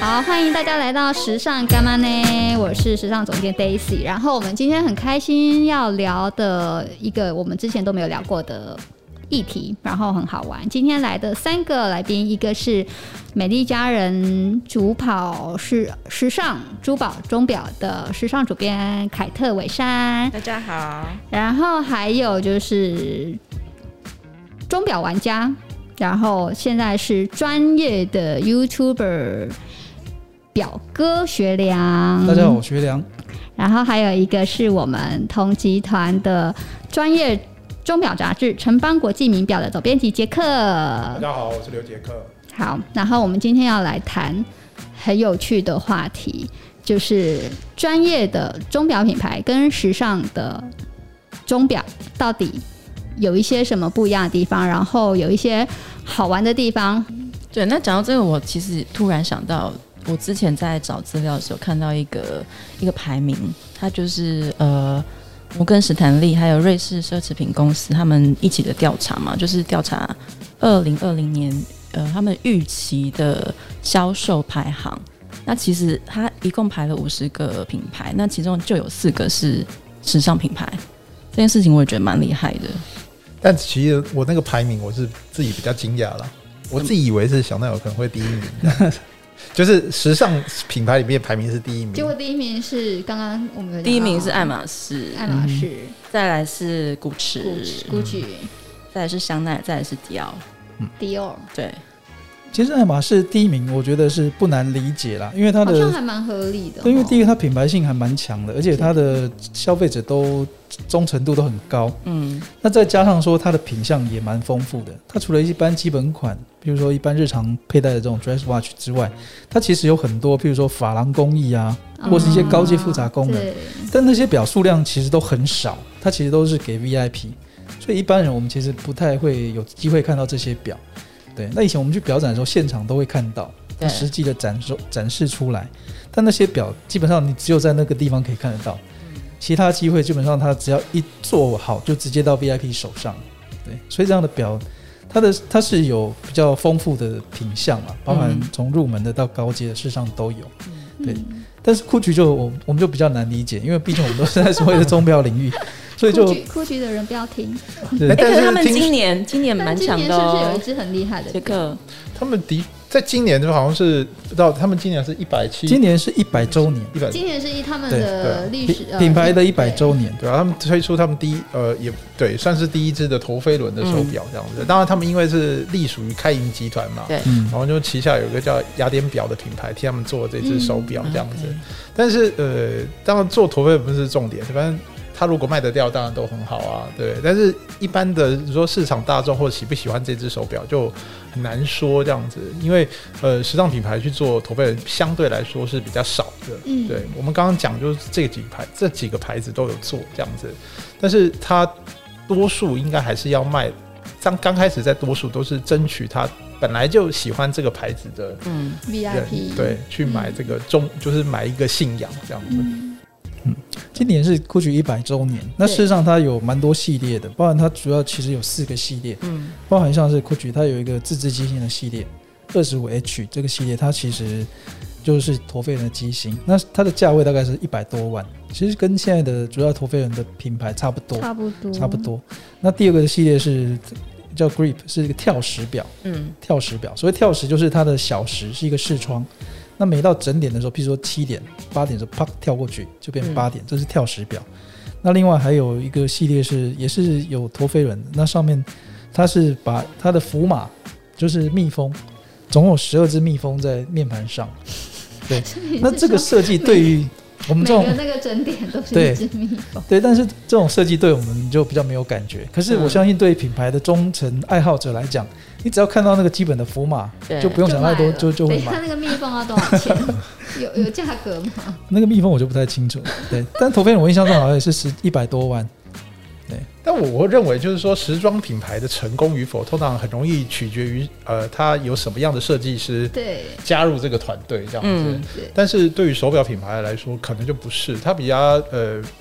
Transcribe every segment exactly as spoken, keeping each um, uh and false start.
好，欢迎大家来到时尚干嘛呢？我是时尚总监 Daisy。然后我们今天很开心要聊的一个我们之前都没有聊过的议题，然后很好玩。今天来的三个来宾，一个是美丽佳人主跑时时尚珠宝钟表的时尚主编凯特伟珊， 大家好。 然后还有就是钟表玩家，然后现在是专业的 YouTuber 表哥学良。 大家好，我学良。 然后还有一个是我们同集团的专业钟表杂志《城邦国际名表》的总编辑杰克。 大家好，我是刘杰克。 好，然后我们今天要来谈很有趣的话题，就是专业的钟表品牌跟时尚的钟表到底有一些什么不一样的地方，然后有一些好玩的地方。 对，那讲到这个，我其实突然想到，我之前在找资料的时候看到一个一个排名，它就是呃，摩根史坦利还有瑞士奢侈品公司他们一起的调查嘛，就是调查二零二零年呃他们预期的销售排行。那其实它一共排了五十个品牌，那其中就有四个是时尚品牌。这件事情我也觉得蛮厉害的。 但其实我那个排名我是自己比较惊讶啦，我自己以为是香奈儿可能会第一名就是时尚品牌里面排名是第一名， 结果第一名是刚刚我们第一名是爱马仕， 爱马仕、嗯， 再来是 Gucci，Gucci，、嗯、 再来是香奈儿，再来是迪奥， 嗯，迪奥， 对。 其实爱马仕第一名，我觉得是不难理解啦，因为它的好像还蛮合理的、哦。 对，因为第一个它品牌性还蛮强的，而且它的消费者都忠诚度都很高。嗯，那再加上说它的品项也蛮丰富的，它除了一般基本款，比如说一般日常佩戴的这种 dress watch 之外，它其实有很多，譬如说珐琅工艺啊，或是一些高阶复杂功能、哦，但那些表数量其实都很少，它其实都是给 V I P， 所以一般人我们其实不太会有机会看到这些表。对，那以前我们去表展的时候，现场都会看到，它实际的展示展示出来。但那些表基本上你只有在那个地方可以看得到，其他机会基本上它只要一做好就直接到 V I P 手上。对，所以这样的表，它的它是有比较丰富的品项嘛，包含从入门的到高阶的，事实上都有。对，但是 Gucci 就我我们就比较难理解，因为毕竟我们都是在所谓的钟表领域。所以就 Gucci 的人不要听。 欸、但是他们今年今年蛮强的、哦， 是不是有一支很厉害的杰克？ 他们的在今年就好像是不知道，他们今年是一百七， 今年是一百周年， 今年是以他们的历史、呃、 品牌的一百周年， 对啊，他们推出他们第一呃也对，算是第一支的陀飞轮的手表这样子、嗯。当然，他们因为是隶属于开银集团嘛， 对， 然后就旗下有一个叫雅典表的品牌替他们做这支手表这样子。嗯、但是呃，当然做陀飞轮不是重点，反正。它如果卖得掉，当然都很好啊，对。但是一般的说市场大众或者喜不喜欢这只手表就很难说这样子，因为呃时尚品牌去做陀飞轮相对来说是比较少的。嗯，对。我们刚刚讲就是这几牌这几个牌子都有做这样子，但是它多数应该还是要卖。刚刚开始在多数都是争取他本来就喜欢这个牌子的嗯 V I P， 对，去买这个中、嗯、就是买一个信仰这样子。嗯嗯，今年是 Gucci 一百周年，那事实上它有蛮多系列的，包含它主要其实有四个系列，嗯，包含像是 Gucci 它有一个自制机芯的系列 二十五 H 这个系列，它其实就是陀飞轮的机芯，那它的价位大概是一百多万，其实跟现在的主要陀飞轮的品牌差不多， 差不多， 差不多。那第二个系列是叫 Grip， 是一个跳时表，嗯，跳时表，所谓跳时就是它的小时是一个视窗。那每到整点的时候，譬如说七点、八点的时候，啪跳过去就变八点、嗯，这是跳时表。那另外还有一个系列是，也是有陀飞轮，那上面它是把它的符码，就是蜜蜂，总共有十二只蜜蜂在面盘上。对，那这个设计对于我们这种每个那个整点都是一只蜜蜂， 对，但是这种设计对我们就比较没有感觉。可是我相信对品牌的忠诚爱好者来讲，你只要看到那个基本的符码，就不用想太多，就就会买。 等一下那个蜜蜂要多少钱？有有价格吗？ 那个蜜蜂我就不太清楚。对，但陀飞轮我印象中好像也是一百多万。对， 但我我认为就是说，时装品牌的成功与否，通常很容易取决于呃，它有什么样的设计师加入这个团队这样子。嗯、但是对于手表品牌来说，可能就不是，它比较呃。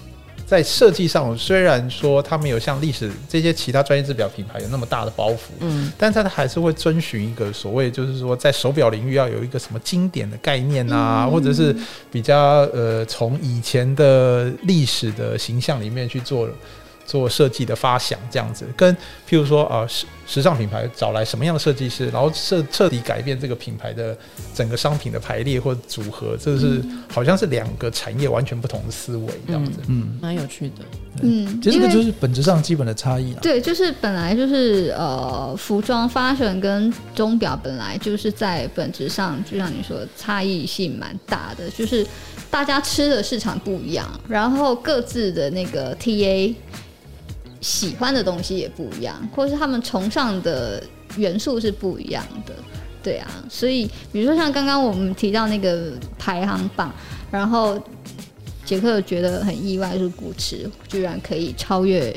在设计上，虽然说它没有像历史这些其他专业制表品牌有那么大的包袱，嗯，但它还是会遵循一个所谓就是说在手表领域要有一个什么经典的概念啊，嗯、或者是比较呃从以前的历史的形象里面去做。做设计的发想这样子，跟譬如说呃时时尚品牌找来什么样的设计师，然后彻彻底改变这个品牌的整个商品的排列或组合，这是、嗯、好像是两个产业完全不同的思维这样子， 嗯，蛮、嗯、有趣的， 嗯，其实这个就是本质上基本的差异啦。 对，就是本来就是呃服装 fashion 跟钟表本来就是在本质上，就像你说差异性蛮大的，就是大家吃的市场不一样，然后各自的那个 T A。喜欢的东西也不一样，或是他们崇尚的元素是不一样的，对啊，所以比如说像刚刚我们提到那个排行榜，然后杰克觉得很意外，是古驰居然可以超越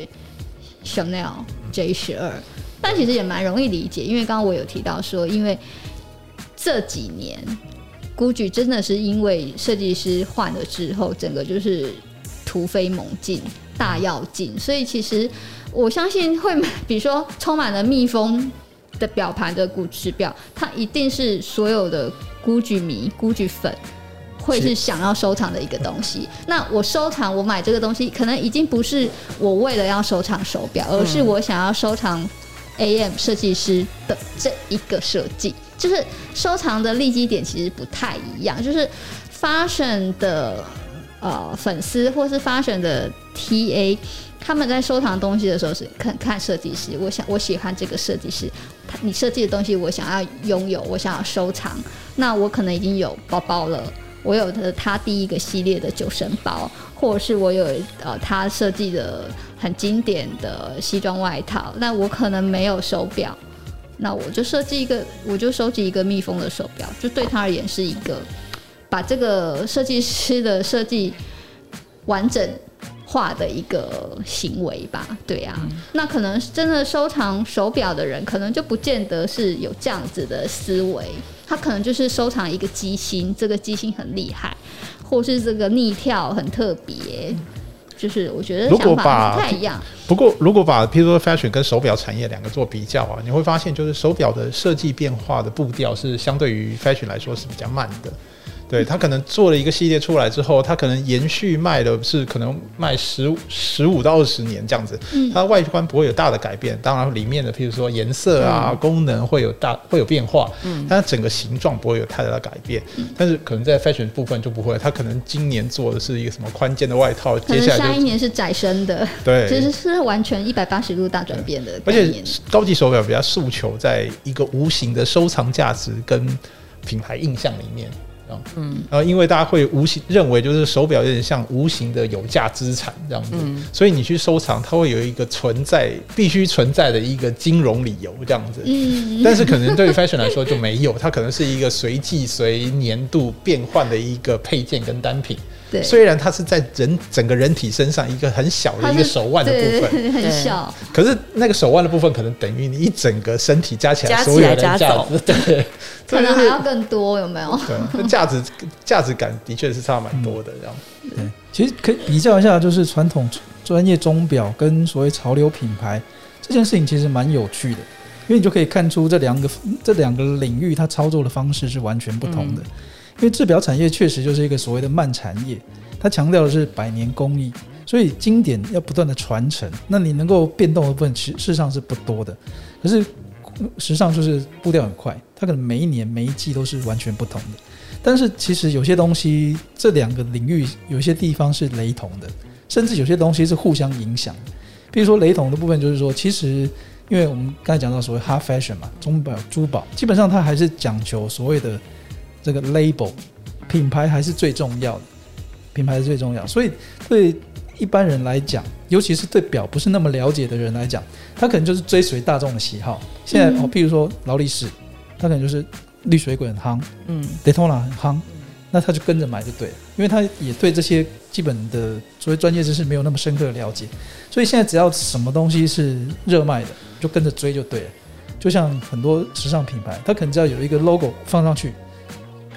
Chanel J 十二，但其实也蛮容易理解，因为刚刚我有提到说，因为这几年 Gucci 真的是因为设计师换了之后，整个就是突飞猛进。大跃进，所以其实我相信会，比如说充满了蜜蜂的表盘的古驰表，它一定是所有的 Gucci 迷、Gucci 粉会是想要收藏的一个东西。那我收藏，我买这个东西，可能已经不是我为了要收藏手表，而是我想要收藏 A M 设计师的这一个设计。就是收藏的立基点其实不太一样，就是 fashion 的。呃，粉丝或是 fashion 的 T A， 他们在收藏东西的时候是看看设计师，我想我喜欢这个设计师，你设计的东西我想要拥有，我想要收藏。那我可能已经有包包了，我有的他第一个系列的酒神包，或者是我有呃他设计的很经典的西装外套，那我可能没有手表，那我就设计一个，我就收集一个蜜蜂的手表，就对他而言是一个。把这个设计师的设计完整化的一个行为吧，对啊，嗯、那可能真的收藏手表的人，可能就不见得是有这样子的思维，他可能就是收藏一个机芯，这个机芯很厉害，或是这个逆跳很特别，就是我觉得想法不太一样。 不过，如果把譬如说 fashion 跟手表产业两个做比较啊，你会发现，就是手表的设计变化的步调是相对于 fashion 来说是比较慢的。对，他可能做了一个系列出来之后，他可能延续卖的是可能卖十十五到二十年这样子，嗯，它外观不会有大的改变，当然里面的譬如说颜色啊、嗯、功能会有大会有变化，嗯，但它整个形状不会有太大的改变，嗯，但是可能在 fashion 部分就不会，他可能今年做的是一个什么宽肩的外套，接下来就下一年是窄身的， 对， 其实是完全一百八十度大转变的概念， 而且高级手表比较诉求在一个无形的收藏价值跟品牌印象里面。嗯，然后因为大家会无形认为就是手表有点像无形的有价资产这样子，嗯，所以你去收藏，它会有一个存在必须存在的一个金融理由这样子。嗯，但是可能对于 fashion 来说就没有，它可能是一个随季随年度变换的一个配件跟单品。对，虽然它是在人整个人体身上一个很小的一个手腕的部分， 对对对，很小， 可是那个手腕的部分可能等于你一整个身体加起来所有的价值，对， 可能还要更多，有没有？ 对，那价值价值感的确是差蛮多的，这样。 对，其实可以比较一下，就是传统专业钟表跟所谓潮流品牌这件事情，其实蛮有趣的，因为你就可以看出这两个这两个领域它操作的方式是完全不同的。嗯，因为制表产业确实就是一个所谓的慢产业，它强调的是百年工艺，所以经典要不断的传承，那你能够变动的部分事实上是不多的。可是时尚就是步调很快，它可能每一年每一季都是完全不同的。但是其实有些东西，这两个领域有些地方是雷同的，甚至有些东西是互相影响的。比如说雷同的部分就是说，其实因为我们刚才讲到所谓 hard fashion 嘛，钟表珠宝基本上它还是讲求所谓的这个 label 品牌还是最重要的，品牌是最重要，所以对一般人来讲，尤其是对表不是那么了解的人来讲，他可能就是追随大众的喜好。现在、嗯哦、譬如说劳力士，他可能就是绿水鬼很夯，嗯 Daytona 很夯，那他就跟着买就对了，因为他也对这些基本的所谓专业知识没有那么深刻的了解，所以现在只要什么东西是热卖的，就跟着追就对了。就像很多时尚品牌，他可能只要有一个 logo 放上去，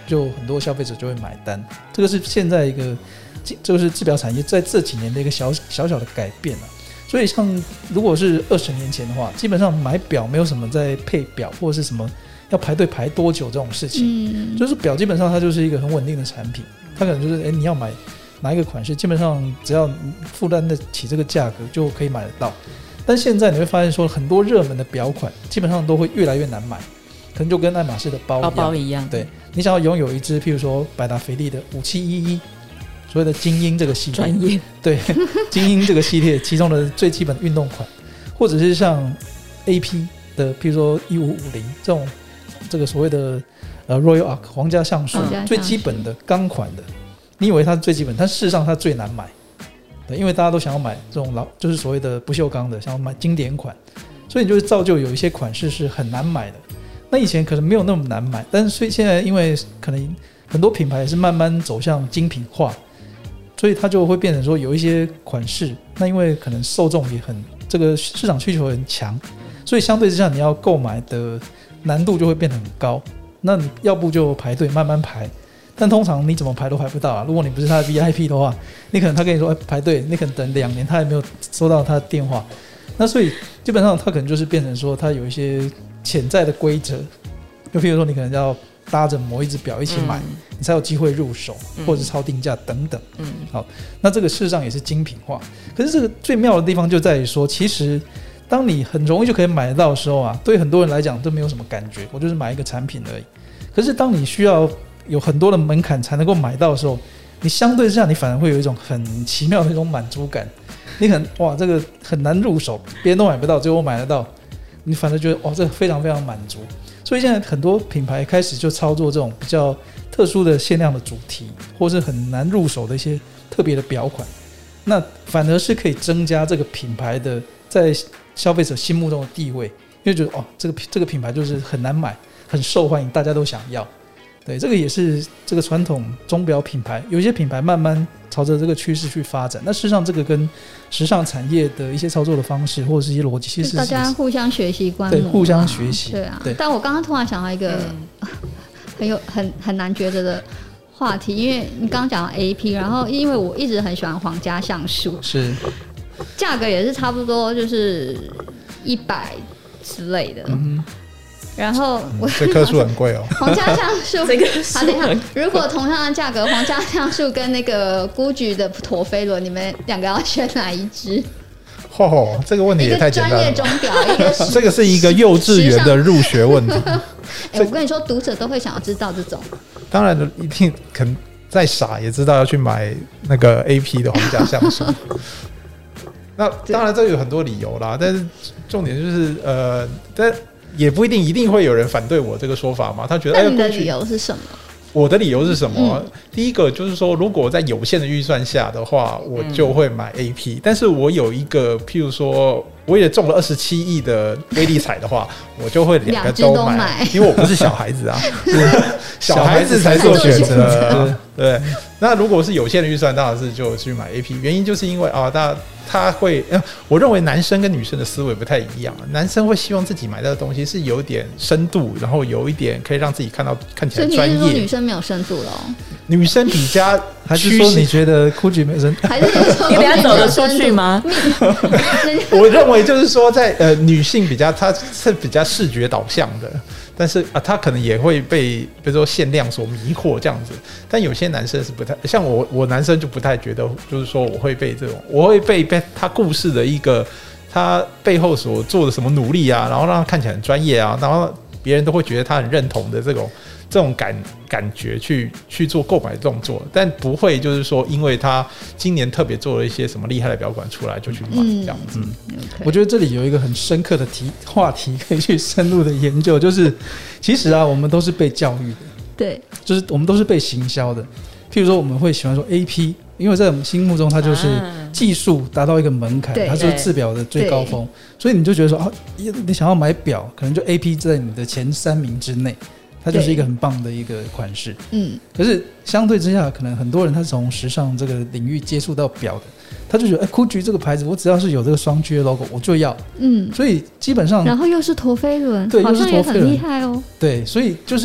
就很多消费者就会买单。这个是现在一个，这个是制表产业在这几年的一个小小小的改变啊。所以像如果是二十年前的话，基本上买表没有什么在配表或者是什么要排队排多久这种事情，嗯、就是表基本上它就是一个很稳定的产品，它可能就是哎你要买哪一个款式，基本上只要负担得起这个价格就可以买得到。但现在你会发现说，很多热门的表款基本上都会越来越难买，可能就跟爱马仕的包一样， 包包一样。 对，你想要拥有一支，譬如说百达翡丽的五七一一，所谓的精英这个系列， 专业对精英这个系列其中的最基本的运动款，或者是像 A P 的，譬如说一五五零这种这个所谓的呃 Royal Arc 皇家橡树、嗯、最基本的钢款的，你以为它最基本，但事实上它最难买。对，因为大家都想要买这种老，就是所谓的不锈钢的，想要买经典款，所以你就会造就有一些款式是很难买的。那以前可能没有那么难买，但是所以现在因为可能很多品牌也是慢慢走向精品化，所以它就会变成说有一些款式，那因为可能受众也很，这个市场需求很强，所以相对之下你要购买的难度就会变得很高。那你要不就排队慢慢排。但通常你怎么排都排不到啊！如果你不是他的 V I P 的话，你可能他跟你说、欸、排队，你可能等两年他也没有收到他的电话。那所以基本上他可能就是变成说他有一些潜在的规则，就譬如说你可能要搭着某一只表一起买、嗯，你才有机会入手，或者是超定价等等。嗯，好，那这个事实上也是精品化。可是这个最妙的地方就在于说，其实当你很容易就可以买得到的时候啊，对很多人来讲都没有什么感觉，我就是买一个产品而已。可是当你需要有很多的门槛才能够买到的时候，你相对之下你反而会有一种很奇妙的一种满足感。你可能哇这个很难入手，别人都买不到，只有我买得到，你反而觉得哇这个非常非常满足。所以现在很多品牌开始就操作这种比较特殊的限量的主题，或是很难入手的一些特别的表款，那反而是可以增加这个品牌的在消费者心目中的地位，因为觉得哦这个这个品牌就是很难买，很受欢迎，大家都想要。对，这个也是这个传统钟表品牌，有一些品牌慢慢朝着这个趋势去发展。那事实上，这个跟时尚产业的一些操作的方式，或者是一些逻辑，其实是大家互相学习观摩， 对，互相学习。 对啊。对，但我刚刚突然想到一个、嗯、很有很很难抉择的话题，因为你刚刚讲到 A P， 然后因为我一直很喜欢皇家橡树， 是价格也是差不多就是一百之类的。嗯，然后我、 嗯、这棵树很贵哦， 皇家橡树这个树等一下，如果同样的价格，皇家橡树跟那个 Gucci 的陀飞轮，你们两个要选哪一支？ 哦，这个问题也太简单了。 一个专业钟表，一个这个是一个幼稚园的入学问题。 哎、欸，我跟你说，读者都会想要知道这种。 当然，一定可能再傻也知道要去买那个 A P 的皇家橡树。那当然，这有很多理由啦，但是重点就是呃，但。也不一定一定会有人反对我这个说法嘛？他觉得， 那你的理由是什么？ 我的理由是什么？ 嗯、 第一个就是说，如果我在有限的预算下的话，我就会买 A P、嗯。但是我有一个，譬如说，我也中了二十七亿的威力彩的话，我就会两个都 买, 都买，因为我不是小孩子啊，小孩子才做选择。对，那如果是有限的预算，当然是就去买 A P。原因就是因为啊，大家。他会，我认为男生跟女生的思维不太一样。男生会希望自己买到的东西是有点深度，然后有一点可以让自己看到看起来专业。 所以你是说女生没有深度了、哦？ 女生比较， 还是说你觉得 Gucci 没有深度？ 还是你等一下走得出去吗？ 我认为就是说在，在呃女性比较，她是比较视觉导向的。但是啊，他可能也会被比如说限量所迷惑这样子，但有些男生是不太像我，我男生就不太觉得，就是说我会被这种，我会被被他故事的一个他背后所做的什么努力啊，然后让他看起来很专业啊，然后别人都会觉得他很认同的这种这种感感觉去去做购买动作，但不会就是说因为他今年特别做了一些什么厉害的表款出来就去买这样子。嗯嗯 okay. 我觉得这里有一个很深刻的题话题可以去深入的研究，就是其实啊，我们都是被教育的， 对， 就是我们都是被行销的。譬如说，我们会喜欢说 A P， 因为在我们心目中它就是技术达到一个门槛，它就是制表的最高峰，所以你就觉得说啊，你想要买表，可能就 A P 在你的前三名之内。它就是一个很棒的一个款式，嗯。可是相对之下，可能很多人他是从时尚这个领域接触到表的，他就觉得，哎 ，Gucci 这个牌子，我只要是有这个双 G 的 logo， 我就要，嗯。所以基本上， 然后又是陀飞轮， 对， 好像也很厉害哦。 对，所以就是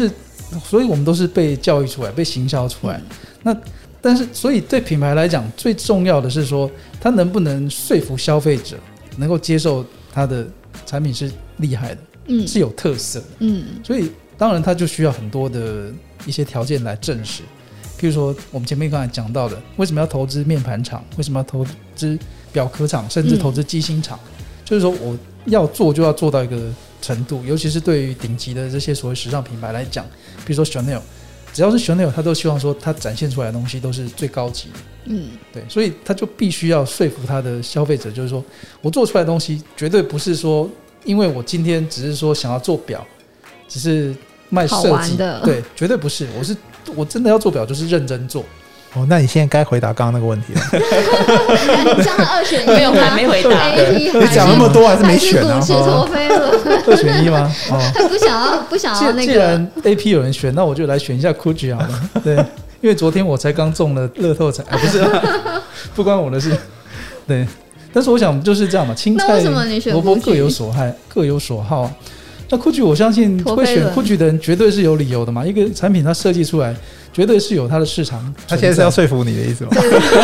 所以我们都是被教育出来，被行销出来。嗯、那但是，所以对品牌来讲，最重要的是说，它能不能说服消费者能够接受它的产品是厉害的，嗯，是有特色的，嗯。所以当然，它就需要很多的一些条件来证实。譬如说，我们前面刚才讲到的，为什么要投资面盘厂？为什么要投资表壳厂？甚至投资机芯厂？嗯、就是说，我要做就要做到一个程度，尤其是对于顶级的这些所谓时尚品牌来讲，比如说 Chanel， 只要是 Chanel， 他都希望说他展现出来的东西都是最高级的。嗯，对，所以他就必须要说服他的消费者，就是说我做出来的东西绝对不是说，因为我今天只是说想要做表，只是卖设计的，对，绝对不是，我是我真的要做表，就是认真做。 哦，那你现在该回答刚刚那个问题了。 你讲了二选一， 没有还没回答。 你讲那么多还是没选啊？ 还是股市陀飞了。 二选一吗？哦， 他不想要，不想要那个。 既然 A P 有人选，那我就来选一下 Gucci 好了。对，因为昨天我才刚中了乐透彩，啊、不是、啊，不关我的事。对，但是我想就是这样嘛，青菜萝卜各有所害，各有所好。那 Gucci 我相信会选 Gucci 的人绝对是有理由的嘛，一个产品它设计出来绝对是有它的市场。 他现在是要说服你的意思吗？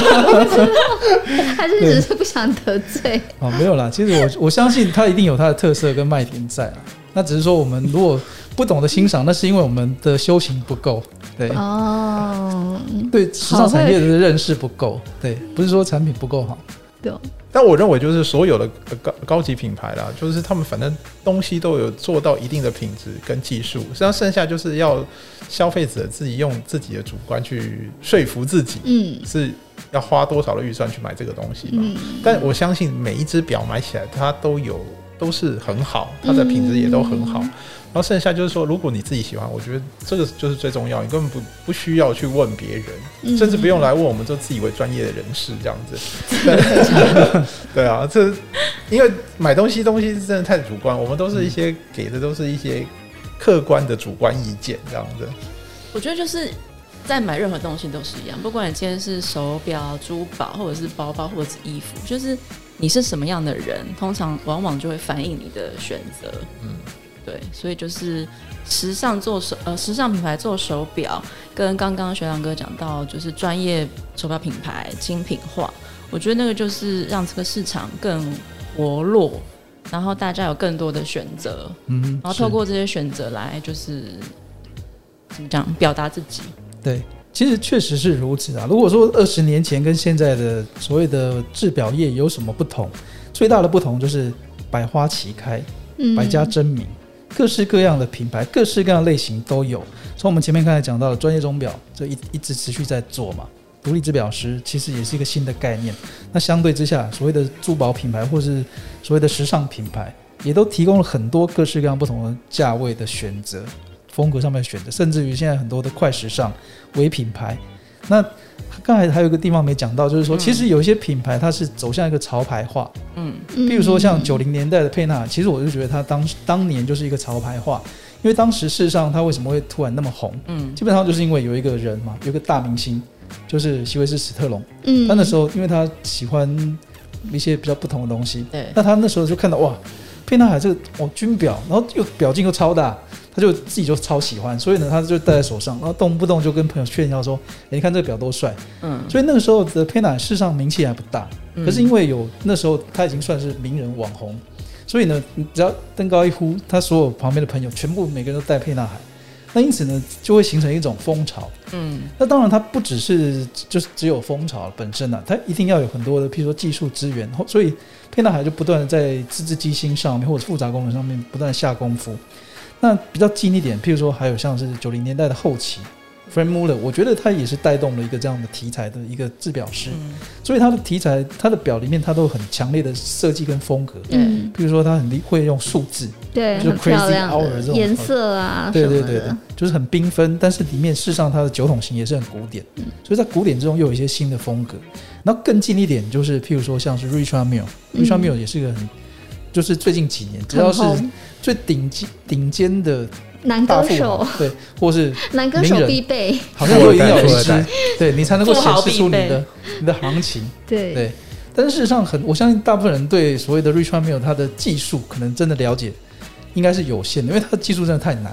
还是只是不想得罪？ 哦，没有啦，其实我我相信它一定有它的特色跟卖点在啦。那只是说我们如果不懂得欣赏，那是因为我们的修行不够。对哦，对时尚产业的认识不够。对，不是说产品不够好。 对。 但我认为就是所有的 高, 高级品牌啦，就是他们反正东西都有做到一定的品质跟技术，实际上剩下就是要消费者自己用自己的主观去说服自己，嗯，是要花多少的预算去买这个东西嘛。嗯、但我相信每一只表买起来它都有都是很好，它的品质也都很好。嗯，然后剩下就是说，如果你自己喜欢，我觉得这个就是最重要，你根本不不需要去问别人，嗯、甚至不用来问我们这自以为专业的人士这样子。对, 对啊，这因为买东西东西真的太主观，我们都是一些给的都是一些客观的主观意见这样子。 我觉得就是在买任何东西都是一样，不管你今天是手表、珠宝，或者是包包，或者是衣服，就是你是什么样的人，通常往往就会反映你的选择。嗯。对，所以就是时尚做手呃，时尚品牌做手表，跟刚刚学长哥讲到，就是专业手表品牌精品化，我觉得那个就是让这个市场更活络，然后大家有更多的选择，嗯，然后透过这些选择来就是怎么讲表达自己。 对，其实确实是如此啊。如果说二十年前跟现在的所谓的制表业有什么不同，最大的不同就是百花齐开，嗯、百家争鸣。各式各样的品牌，各式各样的类型都有。从我们前面刚才讲到的专业钟表，这 一, 一直持续在做嘛。独立制表师其实也是一个新的概念。那相对之下，所谓的珠宝品牌或是所谓的时尚品牌，也都提供了很多各式各样不同的价位的选择，风格上面的选择，甚至于现在很多的快时尚微品牌。那刚才还有一个地方没讲到，就是说，其实有一些品牌它是走向一个潮牌化，嗯，比如说像九零年代的沛纳，其实我就觉得它当当年就是一个潮牌化，因为当时事实上它为什么会突然那么红，嗯，基本上就是因为有一个人嘛，有一个大明星，就是席维斯史特龙，嗯，他那时候因为他喜欢一些比较不同的东西，对，那他那时候就看到哇，沛纳海这个哦军表，然后又表径又超大。他就自己就超喜欢，所以呢，他就戴在手上，然后动不动就跟朋友炫耀说：“欸、你看这个表多帅！”嗯，所以那个时候的沛纳事实上名气还不大，嗯、可是因为有那时候他已经算是名人网红，所以呢，你只要登高一呼，他所有旁边的朋友全部每个人都戴沛纳海，那因此呢，就会形成一种风潮。嗯，那当然它不只是就是只有风潮本身啊，它一定要有很多的，譬如说技术资源，所以沛纳海就不断的在自制机芯上面或者复杂功能上面不断的下功夫。那比较近一点，譬如说还有像是九零年代的后期 Frank Muller， 我觉得他也是带动了一个这样的题材的一个制表师，嗯、所以他的题材他的表里面他都有很强烈的设计跟风格，嗯，譬如说他很会用数字， 对， 就是 Crazy Hour 这种颜色啊， 对对对对，就是很缤纷，但是里面事实上它的酒桶型也是很古典，嗯、所以在古典之中又有一些新的风格。然后更近一点就是譬如说像是 Richard Mille，Richard Mille 也是一个很。就是最近几年，只要是最顶顶尖的男歌手， 对，或是男歌手必备， 好像都一定要有一支，对你才能够显示出你的你的行情， 对对。但是事实上很，我相信大部分人对所谓的 Richard Mille 他的技术可能真的了解应该是有限的，因为他的技术真的太难了。 但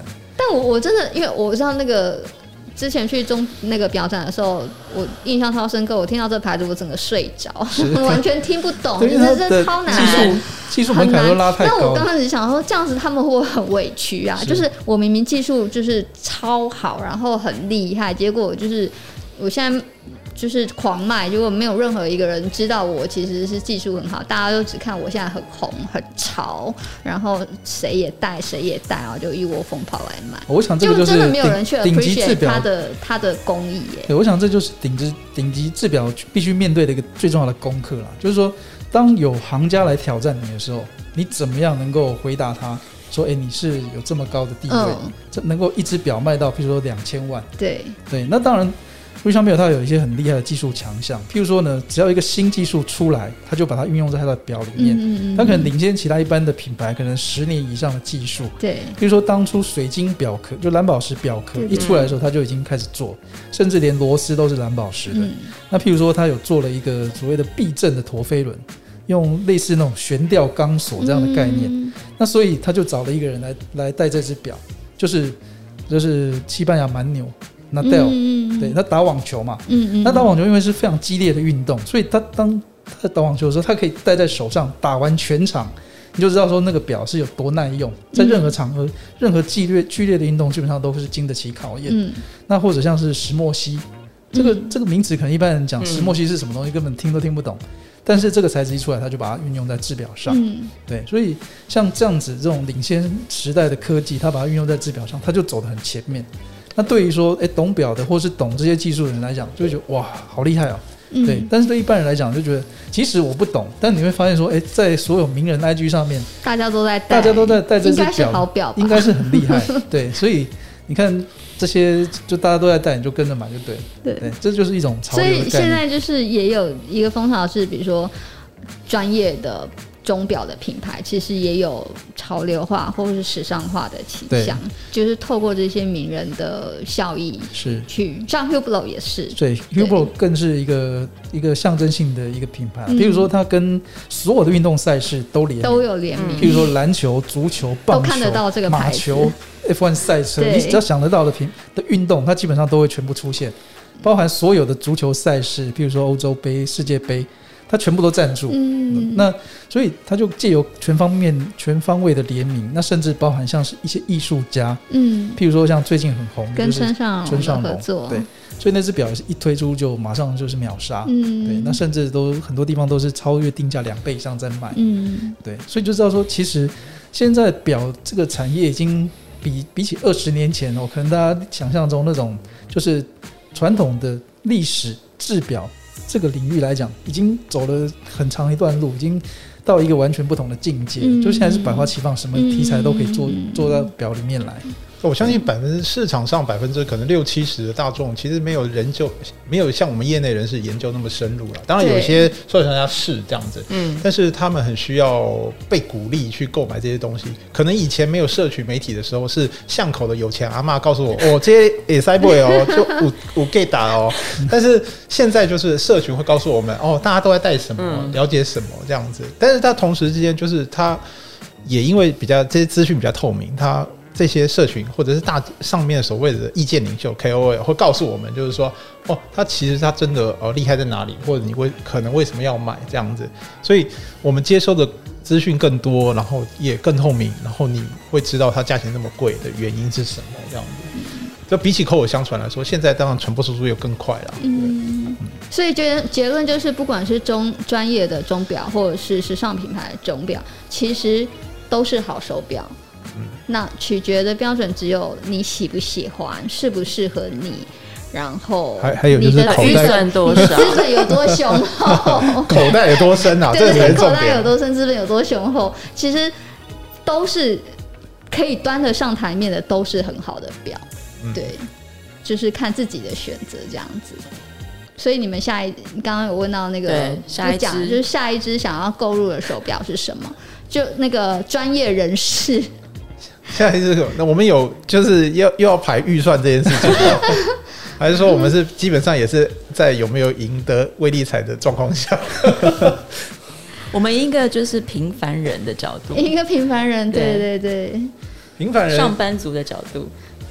我我真的因为我知道那个。之前去中那个表展的时候，我印象超深刻。我听到这牌子，我整个睡着，完全听不懂，就是这超难， 技术技术门槛都拉太高。 那我刚开始想说，这样子他们会不会很委屈啊？是就是我明明技术就是超好，然后很厉害，结果就是我现在。就是狂卖，结果没有任何一个人知道我其实是技术很好，大家都只看我现在很红很潮，然后谁也带谁也带，然后就一窝蜂跑来买。 我想这个就是真的没有人去顶级制 appreciate 他的他的工艺耶。 对，我想这就是顶级顶级制表必须面对的一个最重要的功课啦，就是说，当有行家来挑战你的时候，你怎么样能够回答他？说，哎、欸，你是有这么高的地位，这、嗯、能够一只表卖到，譬如说两千万， 对对，那当然。Richard Mille 它有一些很厉害的技术强项，譬如说呢，只要一个新技术出来，它就把它运用在它的表里面。嗯嗯它可能领先其他一般的品牌，可能十年以上的技术。 对， 譬如说当初水晶表壳，就蓝宝石表壳一出来的时候，它就已经开始做，甚至连螺丝都是蓝宝石的。嗯、那譬如说，它有做了一个所谓的避震的陀飞轮，用类似那种悬吊钢索这样的概念。嗯、那所以他就找了一个人来来带这只表，就是就是西班牙蛮牛。Nadal、嗯、对他打网球嘛，嗯嗯，那打网球因为是非常激烈的运动，所以他当他打网球的时候，他可以戴在手上，打完全场，你就知道说那个表是有多耐用，在任何场合、嗯、任何激烈剧烈的运动，基本上都是经得起考验。嗯，那或者像是石墨烯，这个、嗯、这个名词可能一般人讲石墨烯是什么东西，根本听都听不懂。但是这个材质一出来，他就把它运用在制表上。嗯，对，所以像这样子这种领先时代的科技，他把它运用在制表上，他就走得很前面。那对于说，哎，懂表的或是懂这些技术的人来讲，就会觉得哇，好厉害哦。嗯、对，但是对一般人来讲，就觉得其实我不懂，但你会发现说，哎，在所有名人 I G 上面， 大家都在戴， 大家都在戴这只表， 应该是好表吧， 应该是很厉害。对，所以你看这些，就大家都在戴，你就跟着买就对了。对，对，这就是一种潮流的概念。 所以现在就是也有一个风潮是，比如说专业的。钟表的品牌其实也有潮流化或是时尚化的倾向，就是透过这些名人的效益是去，像 Hublot 也是， 对 Hublot 更是一个一个象征性的一个品牌。嗯、比如说，它跟所有的运动赛事都联都有联名， 比如说篮球、足球、棒球、 都看得到这个牌子， 马球、F 一 赛车，你只要想得到的品的运动，它基本上都会全部出现，包含所有的足球赛事，比如说欧洲杯、世界杯。他全部都赞助，嗯，那所以他就借由全方面、全方位的联名，那甚至包含像是一些艺术家，嗯，譬如说像最近很红跟村上春上合作， 对，所以那只表一推出就马上就是秒杀，嗯，对，那甚至都很多地方都是超越定价两倍以上在卖，嗯，对，所以就知道说，其实现在表这个产业已经比比起二十年前哦，可能大家想象中那种就是传统的历史制表。这个领域来讲，已经走了很长一段路，已经到一个完全不同的境界。嗯、就现在是百花齐放，什么题材都可以做、嗯、做到表里面来。 我相信百分之市场上百分之可能六七十的大众，其实没有研究，没有像我们业内人士研究那么深入了。当然有一些收藏家是这样子，嗯，但是他们很需要被鼓励去购买这些东西。可能以前没有社群媒体的时候，是巷口的有钱阿嬷告诉我，哦，这些也塞不哦，就五五 G 打哦。但是现在就是社群会告诉我们，哦，大家都在带什么，嗯、了解什么这样子。但是他同时之间，就是他也因为比较这些资讯比较透明，他。这些社群或者是大上面所谓的意见领袖 K O L 会告诉我们，就是说，哦，他其实他真的哦厉害在哪里，或者你会可能为什么要买这样子，所以我们接收的资讯更多，然后也更透明，然后你会知道它价钱那么贵的原因是什么这样子。就比起口耳相传来说，现在当然传播速度又更快了。嗯， 所以结结论就是，不管是中专业的钟表，或者是时尚品牌的钟表，其实都是好手表。那取决的标准只有你喜不喜欢，适不适合你，然后还还有就是口袋多少， 资本有多雄厚， 口袋有多深啊？ 对对，口袋有多深，资本有多雄厚，其实都是可以端得上台面的，都是很好的表。嗯、对，就是看自己的选择这样子。所以你们下一刚刚有问到那个下一支， 就是下一支想要购入的手表是什么？就那个专业人士。 下一次，那我们有就是要又要排预算这件事情，还是说我们是基本上也是在有没有赢得威力彩的状况下？ 我们一个就是平凡人的角度， 一个平凡人，对对对， 平凡人上班族的角度，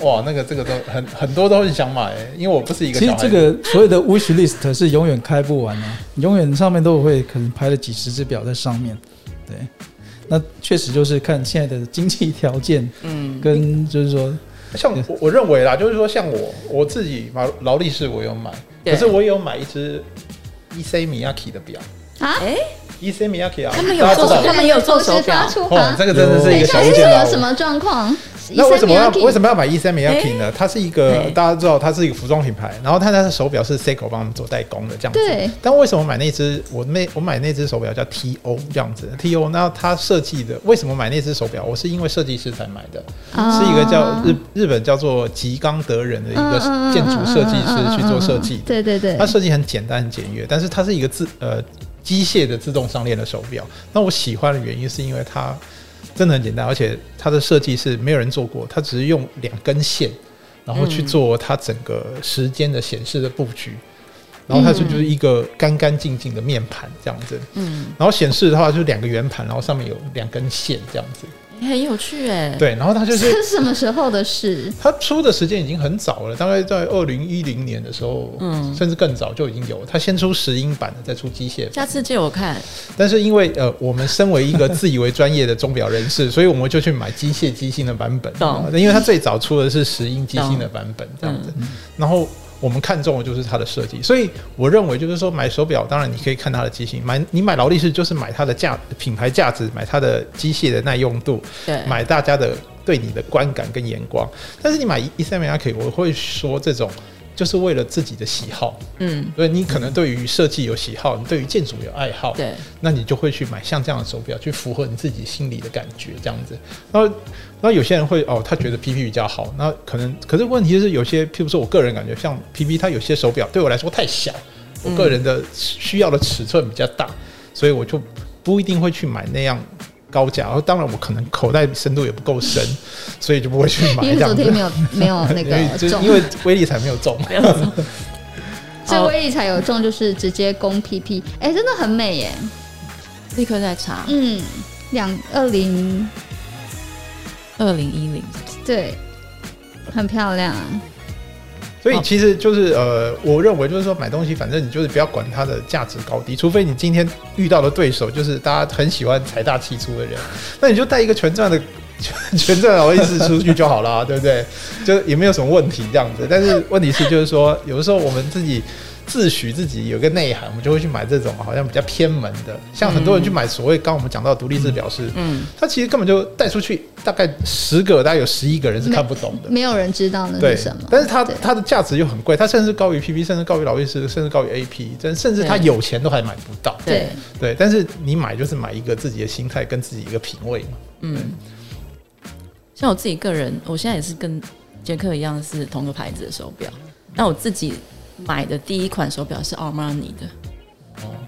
哇，那个这个都很很多都很想买，因为我不是一个小孩子。 其实这个所谓的 wish list 是永远开不完啊，永远上面都会可能排了几十只表在上面。对，那确实就是看现在的经济条件，嗯，跟就是说， 像 我, 我认为啦，就是说像我我自己买劳力士我有买，可是我也有买一只 Issey Miyake 的表啊，哎。 Issey Miyake 啊， 他们有做，他们也有做手表。 哦，这个真的是一个小物件有什么状况？ 那为什么要为什么要买 Issey Miyake 呢？它是一个大家知道，它是一个服装品牌，然后它的手表是 Seiko 帮我们做代工的这样子。 对。 但为什么买那只我那我买那只手表叫 T O 这样子 T O？ 那它设计的为什么买那只手表？我是因为设计师才买的，哦、是一个叫日日本叫做吉冈德人的一个建筑设计师去做设计的。 对对对。 它设计很简单很简约，但是它是一个自呃。机械的自动上链的手表，那我喜欢的原因是因为它真的很简单，而且它的设计是没有人做过，它只是用两根线，然后去做它整个时间的显示的布局，然后它是就是一个干干净净的面盘这样子，嗯，然后显示的话就是两个圆盘，然后上面有两根线这样子。 很有趣哎， 对，然后它就是这是什么时候的事？ 它出的时间已经很早了，大概在二零一零年的时候，嗯，甚至更早就已经有了。它先出石英版的，再出机械版。 下次借我看。 但是因为呃，我们身为一个自以为专业的钟表人士，所以我们就去买机械机芯的版本。懂。因为它最早出的是石英机芯的版本，这样子。嗯、然后我们看中的就是它的设计，所以我认为就是说买手表，当然你可以看它的机芯，买你买劳力士就是买它的价品牌价值，买它的机械的耐用度，对，买大家的对你的观感跟眼光。但是你买 Issey Miyake， 我会说这种就是为了自己的喜好，嗯，所以你可能对于设计有喜好，你对于建筑有爱好，对，那你就会去买像这样的手表，去符合你自己心里的感觉，这样子。然后，然后有些人会哦，他觉得 P P 比较好，那可能，可是问题是有些，譬如说我个人感觉，像 P P， 它有些手表对我来说太小，我个人的需要的尺寸比较大，所以我就不一定会去买那样高价，然后当然我可能口袋深度也不够深，所以就不会去买这样子。 因为昨天没有没有那个中， 因为威力才没有中，没有中。 这威力才有中，就是直接攻 P P， 哎、欸，真的很美耶！ 立刻在查， 嗯，两二零二零一零， 对，很漂亮。 所以其实就是呃，我认为就是说买东西，反正你就是不要管它的价值高低，除非你今天遇到的对手就是大家很喜欢财大气粗的人，那你就带一个全钻的全钻劳力士出去就好了，对不对？就也没有什么问题这样子。但是问题是就是说，有的时候我们自己自诩自己有个内涵，我们就会去买这种好像比较偏门的，像很多人去买所谓刚我们讲到的独立式表示，嗯，他其实根本就带出去大概十个，大概有十一个人是看不懂的， 没有人知道那是什么。 但是它它的价值又很贵，它甚至高于 P P， 甚至高于劳力士，甚至高于 A P， 甚至他有钱都还买不到。 对对，但是你买就是买一个自己的心态跟自己一个品味嘛。嗯， 像我自己个人，我现在也是跟杰克一样是同个牌子的手表，那我自己买的第一款手表是 Armani 的。哦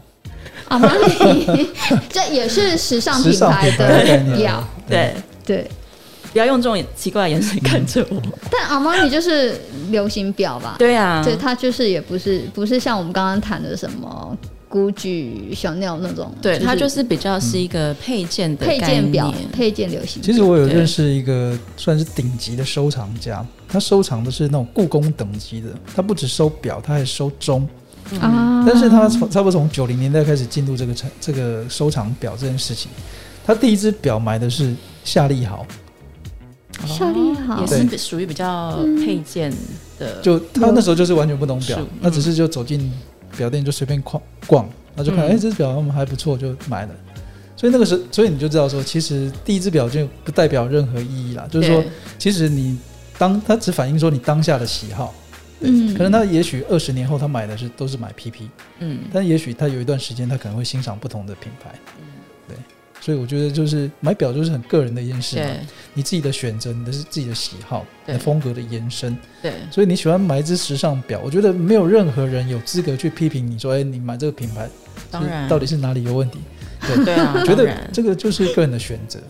Armani 这也是时尚品牌的表， 对对，不要用这种奇怪的眼神看着我。 但 Armani 就是流行表吧？ 对啊， 对，它就是也不是不是像我们刚刚谈的什么 Gucci、Chanel 那种， 对，它就是比较是一个配件的概念， 配件表、配件流行。 其实我有认识一个算是顶级的收藏家，他收藏的是那种故宫等级的，他不只收表，他还收钟。嗯、但是他从差不多从九零年代开始进入这个这个收藏表这件事情，他第一只表买的是夏利豪， 夏利豪也是属于比较配件的， 就他那时候就是完全不懂表，那、嗯、只是就走进表店就随便逛，然后就看哎、嗯欸、这只表还不错就买了，所以那个时所以你就知道说，其实第一只表就不代表任何意义啦，就是说其实你当它只反映说你当下的喜好。嗯，可能他也许二十年后他买的是都是买 P P， 嗯，但也许他有一段时间他可能会欣赏不同的品牌，嗯，对，所以我觉得就是买表就是很个人的一件事嘛，你自己的选择，你的是自己的喜好，你的风格的延伸，对，所以你喜欢买一只时尚表，我觉得没有任何人有资格去批评你说，哎、欸，你买这个品牌， 当然到底是哪里有问题？ 对对啊， 我觉得这个就是个人的选择。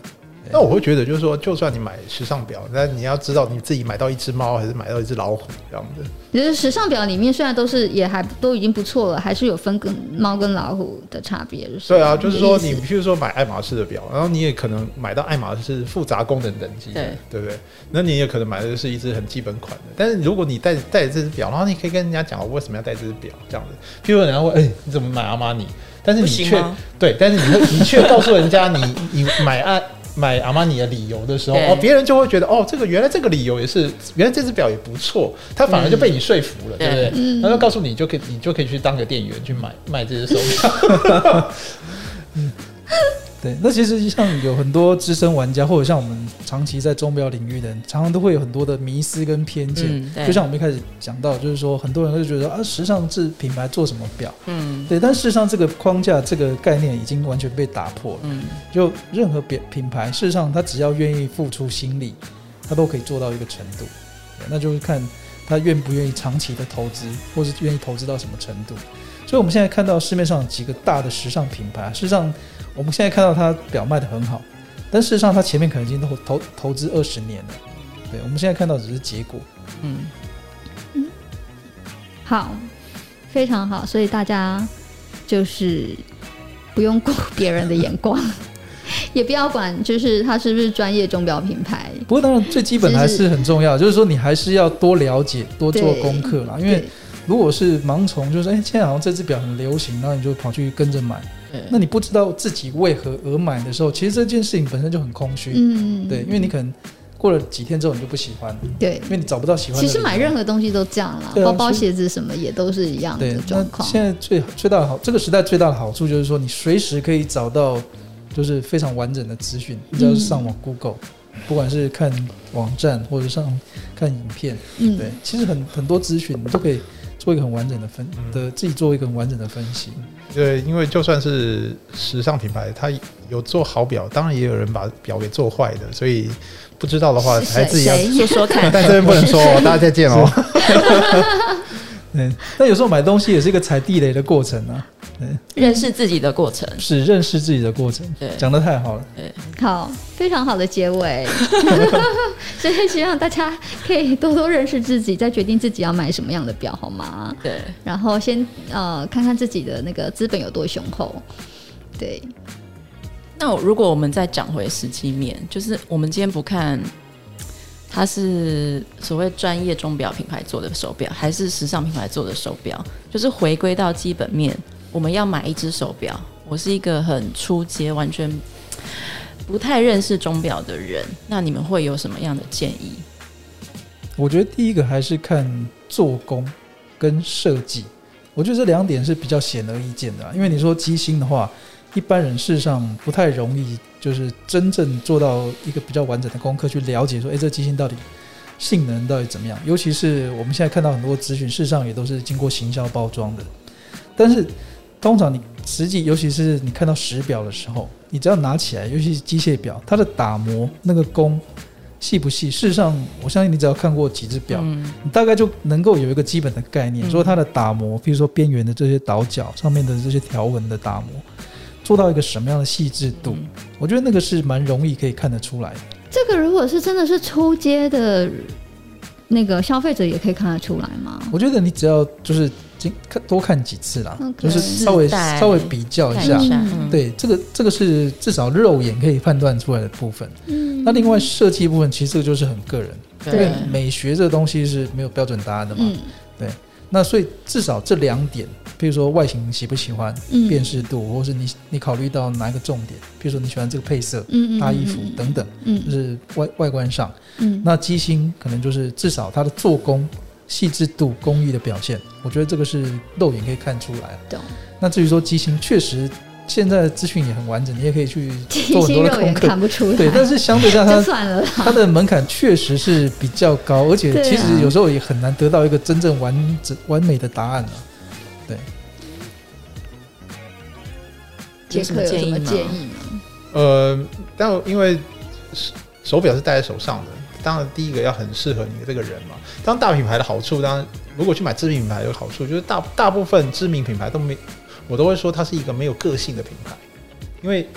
那我会觉得就是说，就算你买时尚表，那你要知道你自己买到一只猫还是买到一只老虎这样子。 就是时尚表里面虽然都是也还都已经不错了，还是有分跟猫跟老虎的差别。 对啊，就是说你譬如说买爱马仕的表，然后你也可能买到爱马仕复杂功能等级的，对对不对？那你也可能买的是一只很基本款的。但是如果你带带着这只表，然后你可以跟人家讲我为什么要带这只表这样子。譬如说人家问，哎、欸，你怎么买阿玛尼？但是你却对，但是你会你却告诉人家你你买爱。买阿玛尼的理由的时候，哦，别人就会觉得，哦，这个原来这个理由也是，原来这只表也不错，他反而就被你说服了，嗯、对不对？嗯、他就告诉你，就可以，你就可以去当个店员去买卖这只手表。 嗯，对，那其实像有很多资深玩家，或者像我们长期在钟表领域的人，常常都会有很多的迷思跟偏见。嗯、就像我们一开始讲到，就是说很多人会觉得啊，时尚是品牌做什么表？嗯，对，但事实上这个框架、这个概念已经完全被打破了。嗯，就任何品牌，事实上他只要愿意付出心力，他都可以做到一个程度。那就是看他愿不愿意长期的投资，或是愿意投资到什么程度。所以我们现在看到市面上几个大的时尚品牌，事实上我们现在看到它表卖得很好，但事实上它前面可能已经投投投资二十年了。对，我们现在看到只是结果。嗯嗯，好，非常好，所以大家就是不用顾别人的眼光。也不要管就是他是不是专业钟表品牌， 不过当然最基本还是很重要，就是说你还是要多了解多做功课啦。因为如果是盲从，就是哎、欸，现在好像这只表很流行，然后你就跑去跟着买，那你不知道自己为何而买的时候，其实这件事情本身就很空虚。嗯，对，因为你可能过了几天之后你就不喜欢，对，因为你找不到喜欢的。 其实买任何东西都这样啦，包包、鞋子什么也都是一样的状况。 现在最最大的好，这个时代最大的好处就是说，你随时可以找到就是非常完整的资讯，你只要是上网 Google，、嗯、不管是看网站或者上看影片，嗯，对，其实很很多资讯你都可以做一个很完整的分的，自己做一个很完整的分析。 对，因为就算是时尚品牌，它有做好表，当然也有人把表给做坏的，所以不知道的话还自己要说说看。 但这边不能说，大家再见哦。 对，但有时候买东西也是一个踩地雷的过程啊。 认识自己的过程， 是认识自己的过程。对，讲得太好了。 对， 好，非常好的结尾。所以希望大家可以多多认识自己，再决定自己要买什么样的表，好吗？ 对。 然后先呃看看自己的那个资本有多雄厚。对。 那如果我们再讲回实际面，就是我们今天不看它是所谓专业钟表品牌做的手表，还是时尚品牌做的手表，就是回归到基本面。我们要买一只手表，我是一个很初阶完全不太认识钟表的人，那你们会有什么样的建议？ 我觉得第一个还是看做工跟设计，我觉得这两点是比较显而易见的、啊、因为你说机芯的话，一般人事实上不太容易就是真正做到一个比较完整的功课去了解说，哎，这机芯到底性能到底怎么样，尤其是我们现在看到很多资讯事实上也都是经过行销包装的，但是通常你实际尤其是你看到实表的时候，你只要拿起来，尤其是机械表，它的打磨那个工细不细，事实上我相信你只要看过几只表、嗯、你大概就能够有一个基本的概念、嗯、说它的打磨，比如说边缘的这些倒角上面的这些条纹的打磨做到一个什么样的细致度、嗯、我觉得那个是蛮容易可以看得出来的。 这个如果是真的是初阶的那个消费者也可以看得出来吗？ 我觉得你只要就是多看几次啦、okay. 就是稍微稍微比较一下、嗯、对，这个这个是至少肉眼可以判断出来的部分、嗯、那另外设计部分其实这个就是很个人，因为美学这个东西是没有标准答案的嘛、嗯、对，那所以至少这两点，比如说外形喜不喜欢、嗯、辨识度，或是你你考虑到哪一个重点，比如说你喜欢这个配色、嗯、搭衣服等等、嗯、就是外外观上、嗯、那机芯可能就是至少它的做工细致度工艺的表现，我觉得这个是肉眼可以看出来。那至于说机芯，确实现在的资讯也很完整，你也可以去做很多的功课， 看不出来。 对，但是相对下它它的门槛确实是比较高，而且其实有时候也很难得到一个真正完整完美的答案了。对， 杰克有什么建议吗？ 呃，但因为手表是戴在手上的。当然，第一个要很适合你的这个人嘛。当大品牌的好处，当然如果去买知名品牌有好处，就是大大部分知名品牌都没，我都会说它是一个没有个性的品牌，因为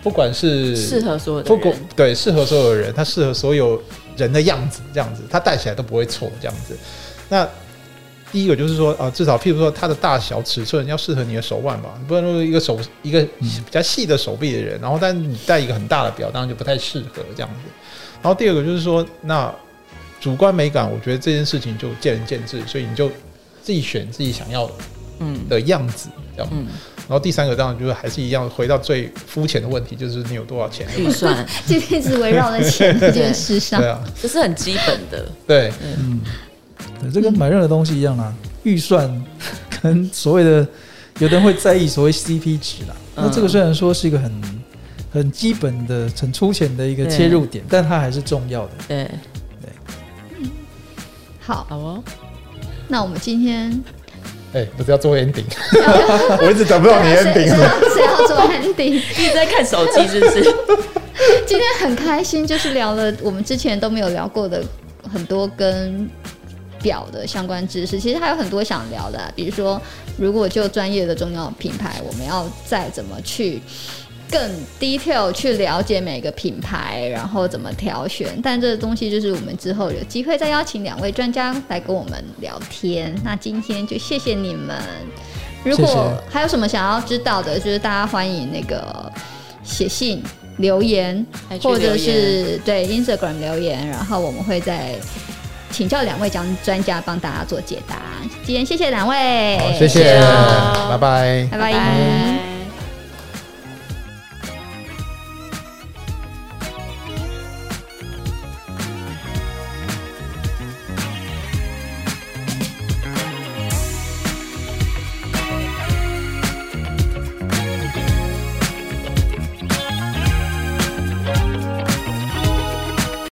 不管是适合所有的不管人， 对适合所有的人，它适合所有人的样子，这样子，它戴起来都不会错，这样子。那第一个就是说，呃，至少譬如说它的大小尺寸要适合你的手腕吧，你不能说一个手一个比较细的手臂的人，然后但你戴一个很大的表，当然就不太适合这样子。然后第二个就是说，那主观美感，我觉得这件事情就见仁见智，所以你就自己选自己想要的，嗯的样子，这样。嗯。然后第三个当然就是还是一样，回到最肤浅的问题，就是你有多少钱预算， 就一直围绕在钱这件事上。 对啊， 这是很基本的。 对， 嗯，对，这跟买任何东西一样啦，预算跟所谓的有的人会在意所谓 C P 值啦。嗯、那这个虽然说是一个很很基本的、很粗浅的一个切入点，但它还是重要的。 对对，好， 好哦。 那我们今天。 哎、欸，不是要做 ending， 我一直等不到你 ending。 谁要做 ending？ 一直在看手机，是不是？ 今天很开心，就是聊了我们之前都没有聊过的很多跟表的相关知识。其实还有很多想聊的、啊，比如说，如果就专业的重要品牌，我们要再怎么去更 detail 去了解每个品牌，然后怎么挑选。但这个东西就是我们之后有机会再邀请两位专家来跟我们聊天。那今天就谢谢你们。如果还有什么想要知道的，就是大家欢迎那个写信留言，或者是对 Instagram 留言，然后我们会再请教两位专家帮大家做解答。今天谢谢两位， 好，谢谢，拜拜， 拜拜。